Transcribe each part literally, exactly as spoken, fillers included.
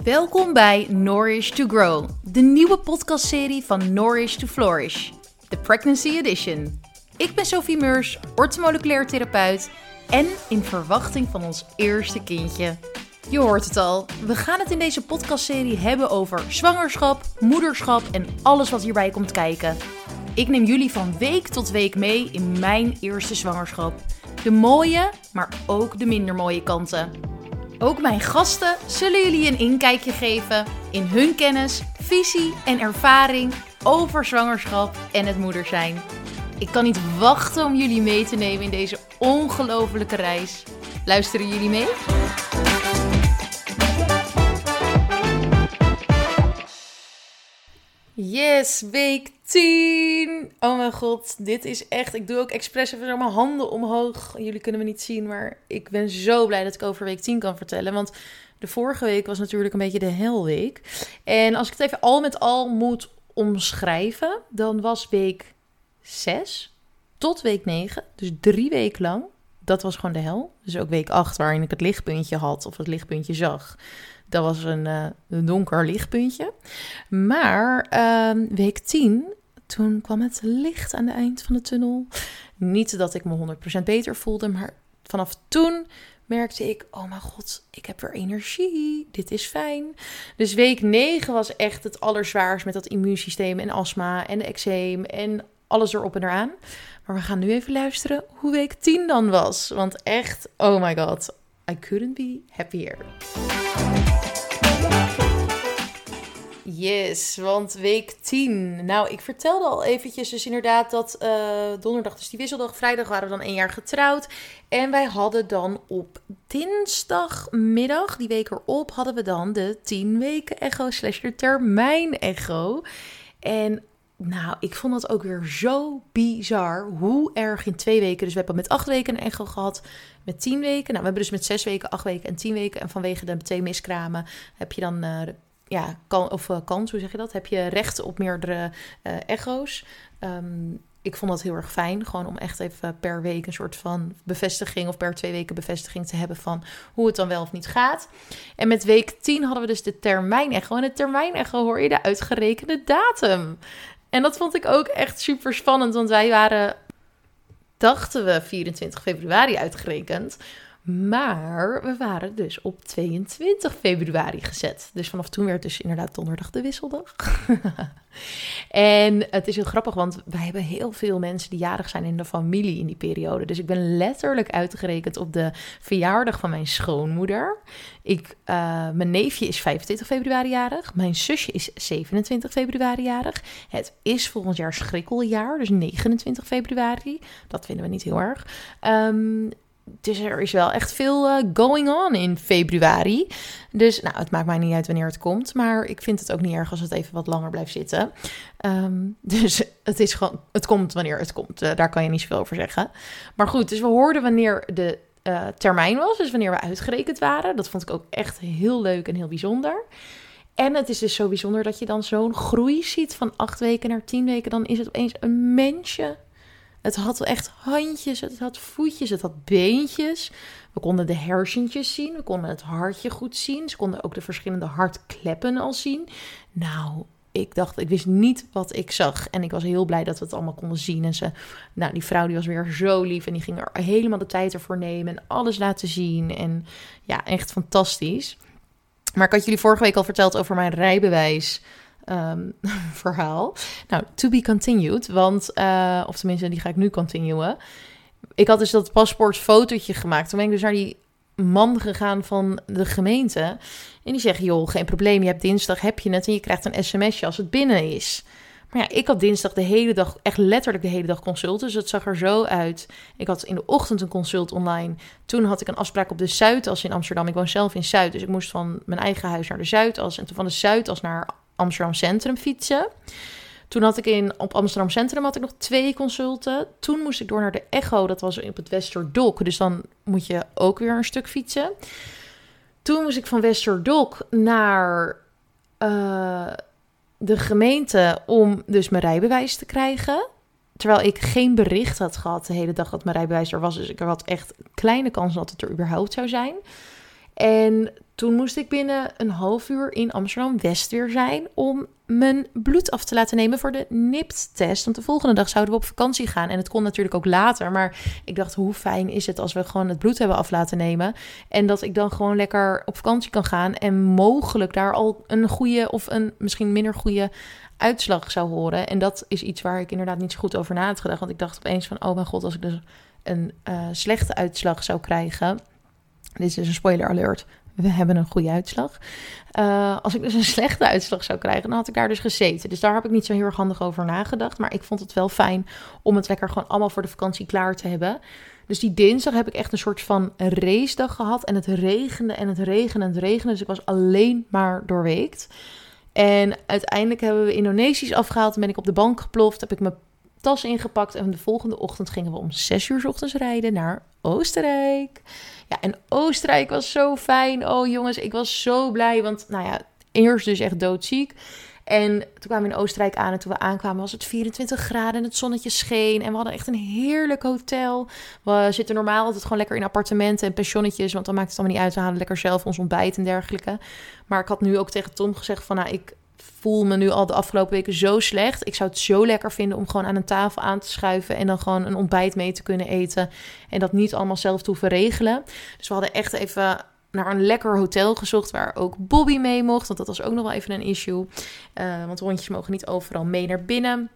Welkom bij Nourish to Grow, de nieuwe podcastserie van Nourish to Flourish, de Pregnancy Edition. Ik ben Sophie Meurs, orthomoleculair therapeut en in verwachting van ons eerste kindje. Je hoort het al, we gaan het in deze podcastserie hebben over zwangerschap, moederschap en alles wat hierbij komt kijken. Ik neem jullie van week tot week mee in mijn eerste zwangerschap. De mooie, maar ook de minder mooie kanten. Ook mijn gasten zullen jullie een inkijkje geven in hun kennis, visie en ervaring over zwangerschap en het moeder zijn. Ik kan niet wachten om jullie mee te nemen in deze ongelofelijke reis. Luisteren jullie mee? Yes, week tien. Oh mijn god, dit is echt... Ik doe ook expres even zo mijn handen omhoog. Jullie kunnen me niet zien, maar ik ben zo blij dat ik over week tien kan vertellen. Want de vorige week was natuurlijk een beetje de helweek. En als ik het even al met al moet omschrijven, dan was week zes tot week negen, dus drie weken lang, dat was gewoon de hel. Dus ook week acht, waarin ik het lichtpuntje had, of het lichtpuntje zag. Dat was een, uh, een donker lichtpuntje. Maar uh, week tien, toen kwam het licht aan het eind van de tunnel. Niet dat ik me honderd procent beter voelde, maar vanaf toen merkte ik, oh mijn god, ik heb weer energie. Dit is fijn. Dus week negen was echt het allerzwaarst met dat immuunsysteem en astma en de eczeem en alles erop en eraan. Maar we gaan nu even luisteren hoe week tien dan was. Want echt, oh my god, I couldn't be happier. Yes, want week tien. Nou, ik vertelde al eventjes dus inderdaad dat uh, donderdag, dus die wisseldag, vrijdag waren we dan één jaar getrouwd. En wij hadden dan op dinsdagmiddag, die week erop, hadden we dan de tien weken echo slash de termijn echo. En nou, ik vond dat ook weer zo bizar, hoe erg in twee weken. Dus we hebben met acht weken een echo gehad, met tien weken. Nou, we hebben dus met zes weken, acht weken en tien weken. En vanwege de twee miskramen heb je dan, uh, ja, kan, of uh, kans, hoe zeg je dat? Heb je recht op meerdere uh, echo's. Um, ik vond dat heel erg fijn, gewoon om echt even per week een soort van bevestiging of per twee weken bevestiging te hebben van hoe het dan wel of niet gaat. En met week tien hadden we dus de termijn echo. En de termijn echo hoor je de uitgerekende datum. En dat vond ik ook echt super spannend, want wij waren, dachten we, vierentwintig februari uitgerekend. Maar we waren dus op tweeëntwintig februari gezet. Dus vanaf toen werd dus inderdaad donderdag de wisseldag. En het is heel grappig, want wij hebben heel veel mensen die jarig zijn in de familie in die periode. Dus ik ben letterlijk uitgerekend op de verjaardag van mijn schoonmoeder. Ik, uh, mijn neefje is vijfentwintig februari jarig. Mijn zusje is zevenentwintig februari jarig. Het is volgend jaar schrikkeljaar, dus negenentwintig februari. Dat vinden we niet heel erg. Um, Dus er is wel echt veel uh, going on in februari. Dus nou, het maakt mij niet uit wanneer het komt. Maar ik vind het ook niet erg als het even wat langer blijft zitten. Um, dus het is gewoon, het komt wanneer het komt. Uh, daar kan je niet zoveel over zeggen. Maar goed, dus we hoorden wanneer de uh, termijn was. Dus wanneer we uitgerekend waren. Dat vond ik ook echt heel leuk en heel bijzonder. En het is dus zo bijzonder dat je dan zo'n groei ziet van acht weken naar tien weken. Dan is het opeens een mensje. Het had echt handjes, het had voetjes, het had beentjes. We konden de hersentjes zien, we konden het hartje goed zien. Ze konden ook de verschillende hartkleppen al zien. Nou, ik dacht, ik wist niet wat ik zag. En ik was heel blij dat we het allemaal konden zien. En ze, nou, die vrouw die was weer zo lief en die ging er helemaal de tijd ervoor nemen en alles laten zien. En ja, echt fantastisch. Maar ik had jullie vorige week al verteld over mijn rijbewijs. Um, verhaal. Nou, to be continued, want, uh, of tenminste, die ga ik nu continuen. Ik had dus dat paspoortfotootje gemaakt. Toen ben ik dus naar die man gegaan van de gemeente. En die zegt, joh, geen probleem, je hebt dinsdag, heb je het en je krijgt een sms'je als het binnen is. Maar ja, ik had dinsdag de hele dag, echt letterlijk de hele dag consult. Dus het zag er zo uit. Ik had in de ochtend een consult online. Toen had ik een afspraak op de Zuidas in Amsterdam. Ik woon zelf in Zuid, dus ik moest van mijn eigen huis naar de Zuidas. En toen van de Zuidas naar Amsterdam Centrum fietsen. Toen had ik in, op Amsterdam Centrum had ik nog twee consulten. Toen moest ik door naar de Echo. Dat was op het Westerdok. Dus dan moet je ook weer een stuk fietsen. Toen moest ik van Westerdok naar uh, de gemeente om dus mijn rijbewijs te krijgen. Terwijl ik geen bericht had gehad de hele dag dat mijn rijbewijs er was. Dus ik had echt kleine kans dat het er überhaupt zou zijn. En toen moest ik binnen een half uur in Amsterdam-West weer zijn om mijn bloed af te laten nemen voor de N I P T-test. Want de volgende dag zouden we op vakantie gaan. En het kon natuurlijk ook later. Maar ik dacht, hoe fijn is het als we gewoon het bloed hebben af laten nemen. En dat ik dan gewoon lekker op vakantie kan gaan. En mogelijk daar al een goede of een misschien minder goede uitslag zou horen. En dat is iets waar ik inderdaad niet zo goed over na had gedacht. Want ik dacht opeens van, oh mijn god, als ik dus een uh, slechte uitslag zou krijgen. Dit is dus een spoiler alert. We hebben een goede uitslag. Uh, als ik dus een slechte uitslag zou krijgen, dan had ik daar dus gezeten. Dus daar heb ik niet zo heel erg handig over nagedacht. Maar ik vond het wel fijn om het lekker gewoon allemaal voor de vakantie klaar te hebben. Dus die dinsdag heb ik echt een soort van racedag gehad. En het regende en het regende en het regende. Dus ik was alleen maar doorweekt. En uiteindelijk hebben we Indonesisch afgehaald. En ben ik op de bank geploft. Heb ik mijn tas ingepakt. En de volgende ochtend gingen we om zes uur 's ochtends rijden naar Oostenrijk. Ja, en Oostenrijk was zo fijn. Oh jongens, ik was zo blij. Want nou ja, eerst dus echt doodziek. En toen kwamen we in Oostenrijk aan. En toen we aankwamen was het vierentwintig graden en het zonnetje scheen. En we hadden echt een heerlijk hotel. We zitten normaal altijd gewoon lekker in appartementen en pensionnetjes. Want dan maakt het allemaal niet uit. We halen lekker zelf ons ontbijt en dergelijke. Maar ik had nu ook tegen Tom gezegd van, nou, ik voel me nu al de afgelopen weken zo slecht. Ik zou het zo lekker vinden om gewoon aan een tafel aan te schuiven en dan gewoon een ontbijt mee te kunnen eten. En dat niet allemaal zelf te hoeven regelen. Dus we hadden echt even naar een lekker hotel gezocht waar ook Bobby mee mocht. Want dat was ook nog wel even een issue. Uh, want hondjes mogen niet overal mee naar binnen.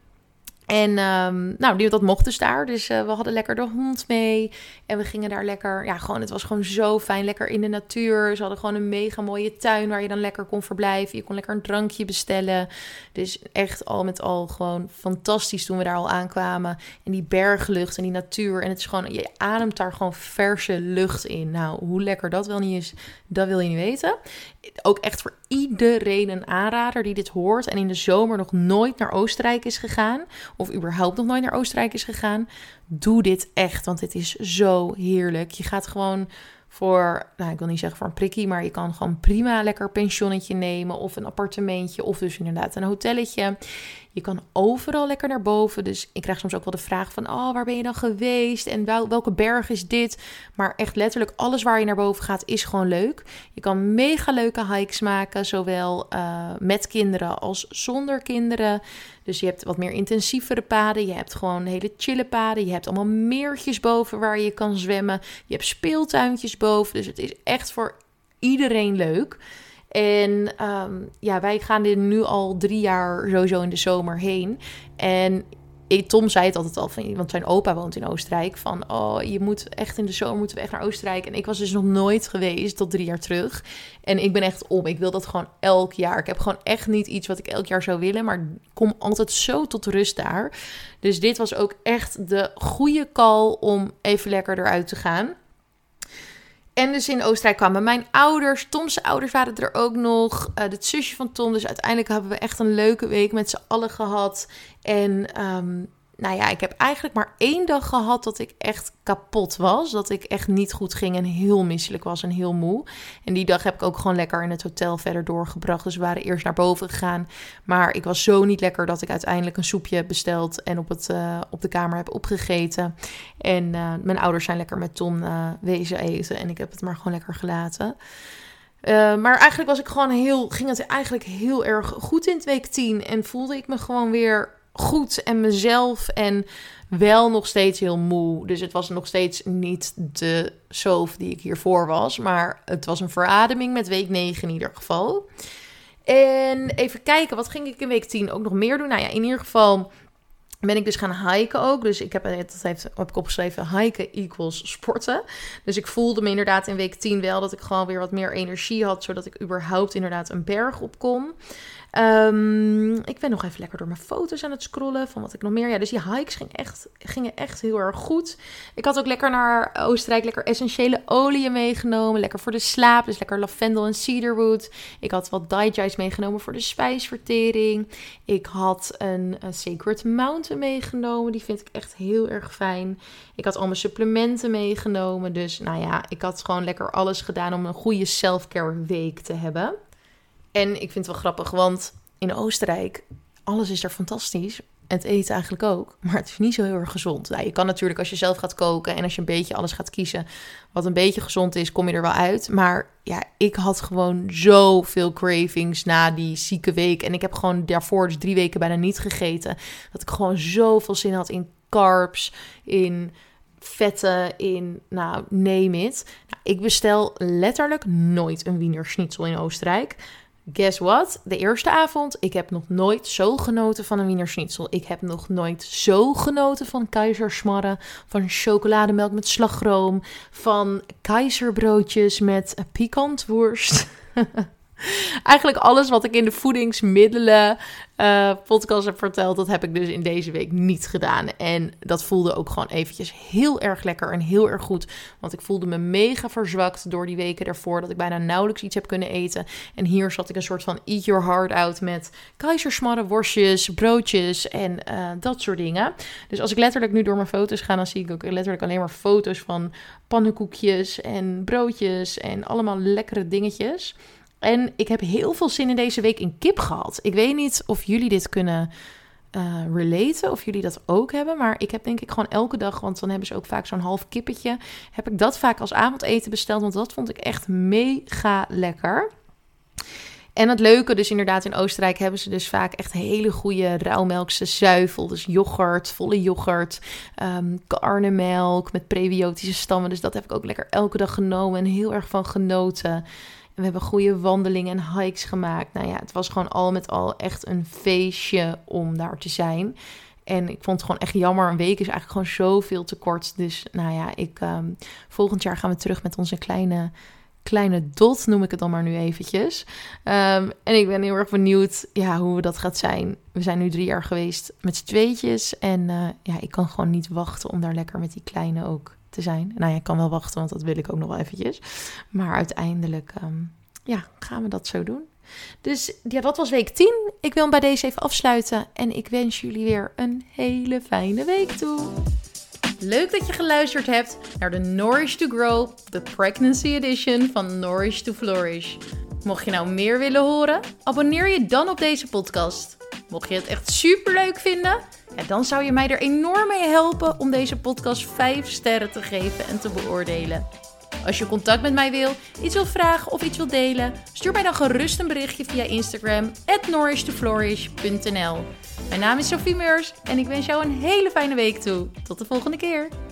En um, nou, die, dat mocht dus daar. Dus uh, we hadden lekker de hond mee. En we gingen daar lekker, ja, gewoon, het was gewoon zo fijn. Lekker in de natuur. Ze hadden gewoon een mega mooie tuin waar je dan lekker kon verblijven. Je kon lekker een drankje bestellen. Dus echt al met al gewoon fantastisch toen we daar al aankwamen. En die berglucht en die natuur. En het is gewoon, je ademt daar gewoon verse lucht in. Nou, hoe lekker dat wel niet is, dat wil je niet weten. Ook echt voor iedereen een aanrader die dit hoort en in de zomer nog nooit naar Oostenrijk is gegaan, of überhaupt nog nooit naar Oostenrijk is gegaan. Doe dit echt, want dit is zo heerlijk. Je gaat gewoon voor, nou, ik wil niet zeggen voor een prikkie, maar je kan gewoon prima lekker een pensionnetje nemen of een appartementje of dus inderdaad een hotelletje. Je kan overal lekker naar boven. Dus ik krijg soms ook wel de vraag van, oh, waar ben je dan geweest? En wel, welke berg is dit? Maar echt letterlijk alles waar je naar boven gaat is gewoon leuk. Je kan mega leuke hikes maken, zowel uh, met kinderen als zonder kinderen. Dus je hebt wat meer intensievere paden. Je hebt gewoon hele chille paden. Je hebt allemaal meertjes boven waar je kan zwemmen. Je hebt speeltuintjes boven. Dus het is echt voor iedereen leuk. En um, ja, wij gaan er nu al drie jaar sowieso in de zomer heen. En ik, Tom zei het altijd al, van, want zijn opa woont in Oostenrijk. Van, oh, je moet echt in de zomer moeten we echt naar Oostenrijk. En ik was dus nog nooit geweest tot drie jaar terug. En ik ben echt om. Ik wil dat gewoon elk jaar. Ik heb gewoon echt niet iets wat ik elk jaar zou willen. Maar ik kom altijd zo tot rust daar. Dus dit was ook echt de goede call om even lekker eruit te gaan. En dus in Oostenrijk kwamen mijn ouders. Tom's ouders waren er ook nog. Uh, het zusje van Tom. Dus uiteindelijk hebben we echt een leuke week met z'n allen gehad. En um, nou ja, ik heb eigenlijk maar één dag gehad dat ik echt kapot was. Dat ik echt niet goed ging en heel misselijk was en heel moe. En die dag heb ik ook gewoon lekker in het hotel verder doorgebracht. Dus we waren eerst naar boven gegaan. Maar ik was zo niet lekker dat ik uiteindelijk een soepje heb besteld en op, het, uh, op de kamer heb opgegeten. En uh, mijn ouders zijn lekker met Tom uh, wezen eten. En ik heb het maar gewoon lekker gelaten. Uh, maar eigenlijk was ik gewoon heel, ging het eigenlijk heel erg goed in het week tien. En voelde ik me gewoon weer goed en mezelf en wel nog steeds heel moe. Dus het was nog steeds niet de Sof die ik hiervoor was. Maar het was een verademing met week negen in ieder geval. En even kijken, wat ging ik in week tien ook nog meer doen? Nou ja, in ieder geval ben ik dus gaan hiken ook. Dus ik heb, dat heeft, heb ik opgeschreven, hiken equals sporten. Dus ik voelde me inderdaad in week tien wel dat ik gewoon weer wat meer energie had, zodat ik überhaupt inderdaad een berg op kon. Um, ik ben nog even lekker door mijn foto's aan het scrollen van wat ik nog meer. Ja, dus die hikes ging echt, gingen echt heel erg goed. Ik had ook lekker naar Oostenrijk lekker essentiële oliën meegenomen. Lekker voor de slaap, dus lekker lavendel en cedarwood. Ik had wat Digest meegenomen voor de spijsvertering. Ik had een, een Sacred Mountain meegenomen. Die vind ik echt heel erg fijn. Ik had al mijn supplementen meegenomen. Dus nou ja, ik had gewoon lekker alles gedaan om een goede self-care week te hebben. En ik vind het wel grappig, want in Oostenrijk, alles is er fantastisch. En het eten eigenlijk ook. Maar het is niet zo heel erg gezond. Nou, je kan natuurlijk als je zelf gaat koken en als je een beetje alles gaat kiezen wat een beetje gezond is, kom je er wel uit. Maar ja, ik had gewoon zoveel cravings na die zieke week. En ik heb gewoon daarvoor dus drie weken bijna niet gegeten. Dat ik gewoon zoveel zin had in carbs, in vetten, in, nou, name it. Nou, ik bestel letterlijk nooit een Wiener Schnitzel in Oostenrijk. Guess what? De eerste avond, ik heb nog nooit zo genoten van een Wiener Schnitzel. Ik heb nog nooit zo genoten van Kaiserschmarren, van chocolademelk met slagroom, van keizerbroodjes met pikantworst. Eigenlijk alles wat ik in de voedingsmiddelen uh, podcast heb verteld, dat heb ik dus in deze week niet gedaan. En dat voelde ook gewoon eventjes heel erg lekker en heel erg goed. Want ik voelde me mega verzwakt door die weken daarvoor, dat ik bijna nauwelijks iets heb kunnen eten. En hier zat ik een soort van eat your heart out met keizersmarren, worstjes, broodjes en uh, dat soort dingen. Dus als ik letterlijk nu door mijn foto's ga, dan zie ik ook letterlijk alleen maar foto's van pannenkoekjes en broodjes en allemaal lekkere dingetjes. En ik heb heel veel zin in deze week in kip gehad. Ik weet niet of jullie dit kunnen uh, relaten, of jullie dat ook hebben. Maar ik heb denk ik gewoon elke dag, want dan hebben ze ook vaak zo'n half kippetje, heb ik dat vaak als avondeten besteld. Want dat vond ik echt mega lekker. En het leuke, dus inderdaad in Oostenrijk hebben ze dus vaak echt hele goede rauwmelkse zuivel. Dus yoghurt, volle yoghurt, um, karnemelk met prebiotische stammen. Dus dat heb ik ook lekker elke dag genomen en heel erg van genoten. En we hebben goede wandelingen en hikes gemaakt. Nou ja, het was gewoon al met al echt een feestje om daar te zijn. En ik vond het gewoon echt jammer. Een week is eigenlijk gewoon zoveel te kort. Dus nou ja, ik, um, volgend jaar gaan we terug met onze kleine, kleine dot, noem ik het dan maar nu eventjes. Um, en ik ben heel erg benieuwd ja, hoe dat gaat zijn. We zijn nu drie jaar geweest met z'n tweetjes. En uh, ja, ik kan gewoon niet wachten om daar lekker met die kleine ook te zijn. Nou ja, ik kan wel wachten, want dat wil ik ook nog wel eventjes. Maar uiteindelijk um, ja, gaan we dat zo doen. Dus ja, dat was week tien. Ik wil hem bij deze even afsluiten. En ik wens jullie weer een hele fijne week toe. Leuk dat je geluisterd hebt naar de Nourish to Grow, de Pregnancy Edition van Nourish to Flourish. Mocht je nou meer willen horen, abonneer je dan op deze podcast. Mocht je het echt superleuk vinden, ja, dan zou je mij er enorm mee helpen om deze podcast vijf sterren te geven en te beoordelen. Als je contact met mij wil, iets wil vragen of iets wil delen, stuur mij dan gerust een berichtje via Instagram at nourish to flourish punt n l. Mijn naam is Sophie Meurs en ik wens jou een hele fijne week toe. Tot de volgende keer.